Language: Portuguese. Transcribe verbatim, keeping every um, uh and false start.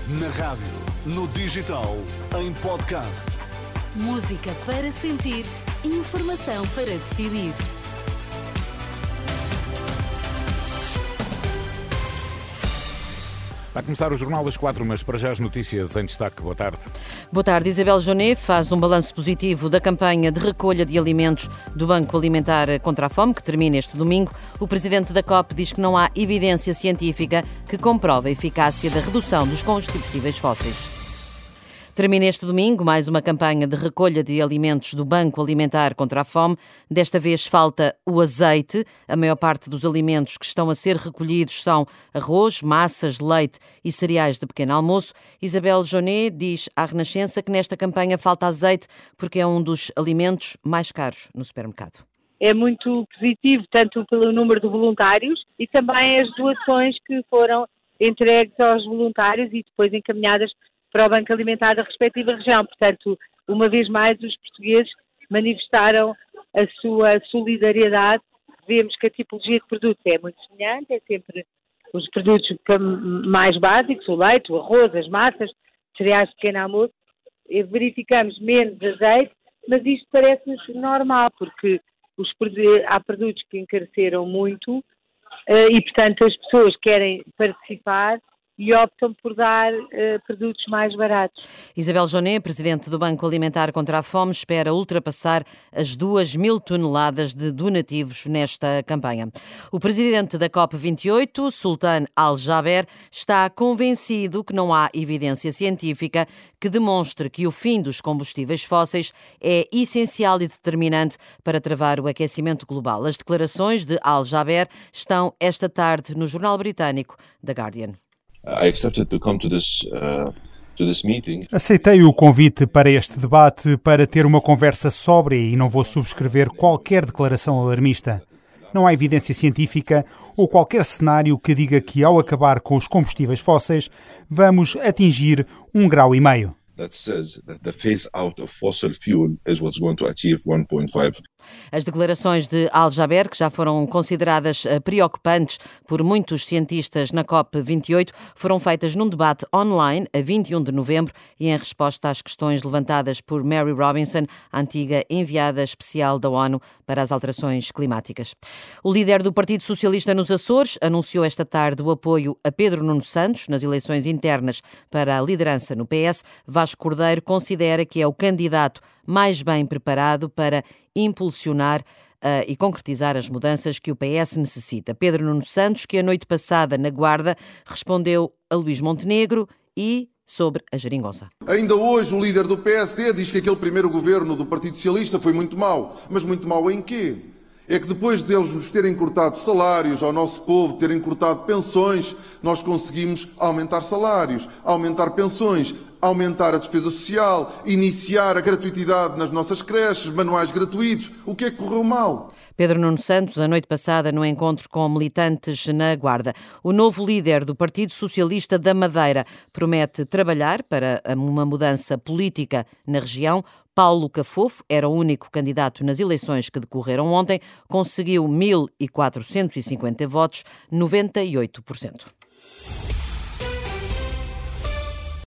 Na rádio, no digital, em podcast. Música para sentir, informação para decidir. Vai começar o Jornal das Quatro, mas para já as notícias em destaque. Boa tarde. Boa tarde. Isabel Jonet faz um balanço positivo da campanha de recolha de alimentos do Banco Alimentar contra a Fome, que termina este domingo. O presidente da C O P diz que não há evidência científica que comprove a eficácia da redução dos combustíveis fósseis. Termina este domingo mais uma campanha de recolha de alimentos do Banco Alimentar contra a Fome. Desta vez falta o azeite. A maior parte dos alimentos que estão a ser recolhidos são arroz, massas, leite e cereais de pequeno almoço. Isabel Jonet diz à Renascença que nesta campanha falta azeite porque é um dos alimentos mais caros no supermercado. É muito positivo, tanto pelo número de voluntários e também as doações que foram entregues aos voluntários e depois encaminhadas para o Banco Alimentar da respectiva região. Portanto, uma vez mais, os portugueses manifestaram a sua solidariedade. Vemos que a tipologia de produtos é muito semelhante, é sempre os produtos mais básicos, o leite, o arroz, as massas, cereais de pequeno almoço. Verificamos menos azeite, mas isto parece-nos normal, porque os, há produtos que encareceram muito e, portanto, as pessoas querem participar e optam por dar uh, produtos mais baratos. Isabel Jonet, presidente do Banco Alimentar contra a Fome, espera ultrapassar as duas mil toneladas de donativos nesta campanha. O presidente da COP vinte e oito, Sultan Al-Jaber, está convencido que não há evidência científica que demonstre que o fim dos combustíveis fósseis é essencial e determinante para travar o aquecimento global. As declarações de Al-Jaber estão esta tarde no jornal britânico The Guardian. Aceitei o convite para este debate para ter uma conversa sóbria e não vou subscrever qualquer declaração alarmista. Não há evidência científica ou qualquer cenário que diga que ao acabar com os combustíveis fósseis vamos atingir um grau e meio. That says that the phase out of fossil fuel is what's going to achieve one point five. As declarações de Al-Jaber, que já foram consideradas preocupantes por muitos cientistas na COP vinte e oito, foram feitas num debate online a vinte e um de novembro e em resposta às questões levantadas por Mary Robinson, a antiga enviada especial da ONU para as alterações climáticas. O líder do Partido Socialista nos Açores anunciou esta tarde o apoio a Pedro Nuno Santos nas eleições internas para a liderança no P S. Vasco Cordeiro considera que é o candidato mais bem preparado para impulsionar uh, e concretizar as mudanças que o P S necessita. Pedro Nuno Santos, que a noite passada na Guarda respondeu a Luís Montenegro e sobre a geringonça. Ainda hoje o líder do P S D diz que aquele primeiro governo do Partido Socialista foi muito mau. Mas muito mau em quê? É que depois deles nos terem cortado salários ao nosso povo, terem cortado pensões, nós conseguimos aumentar salários, aumentar pensões, aumentar a despesa social, iniciar a gratuitidade nas nossas creches, manuais gratuitos. O que é que correu mal? Pedro Nuno Santos, a noite passada, no encontro com militantes na Guarda. O novo líder do Partido Socialista da Madeira promete trabalhar para uma mudança política na região. Paulo Cafofo era o único candidato nas eleições que decorreram ontem, conseguiu mil quatrocentos e cinquenta votos, noventa e oito por cento.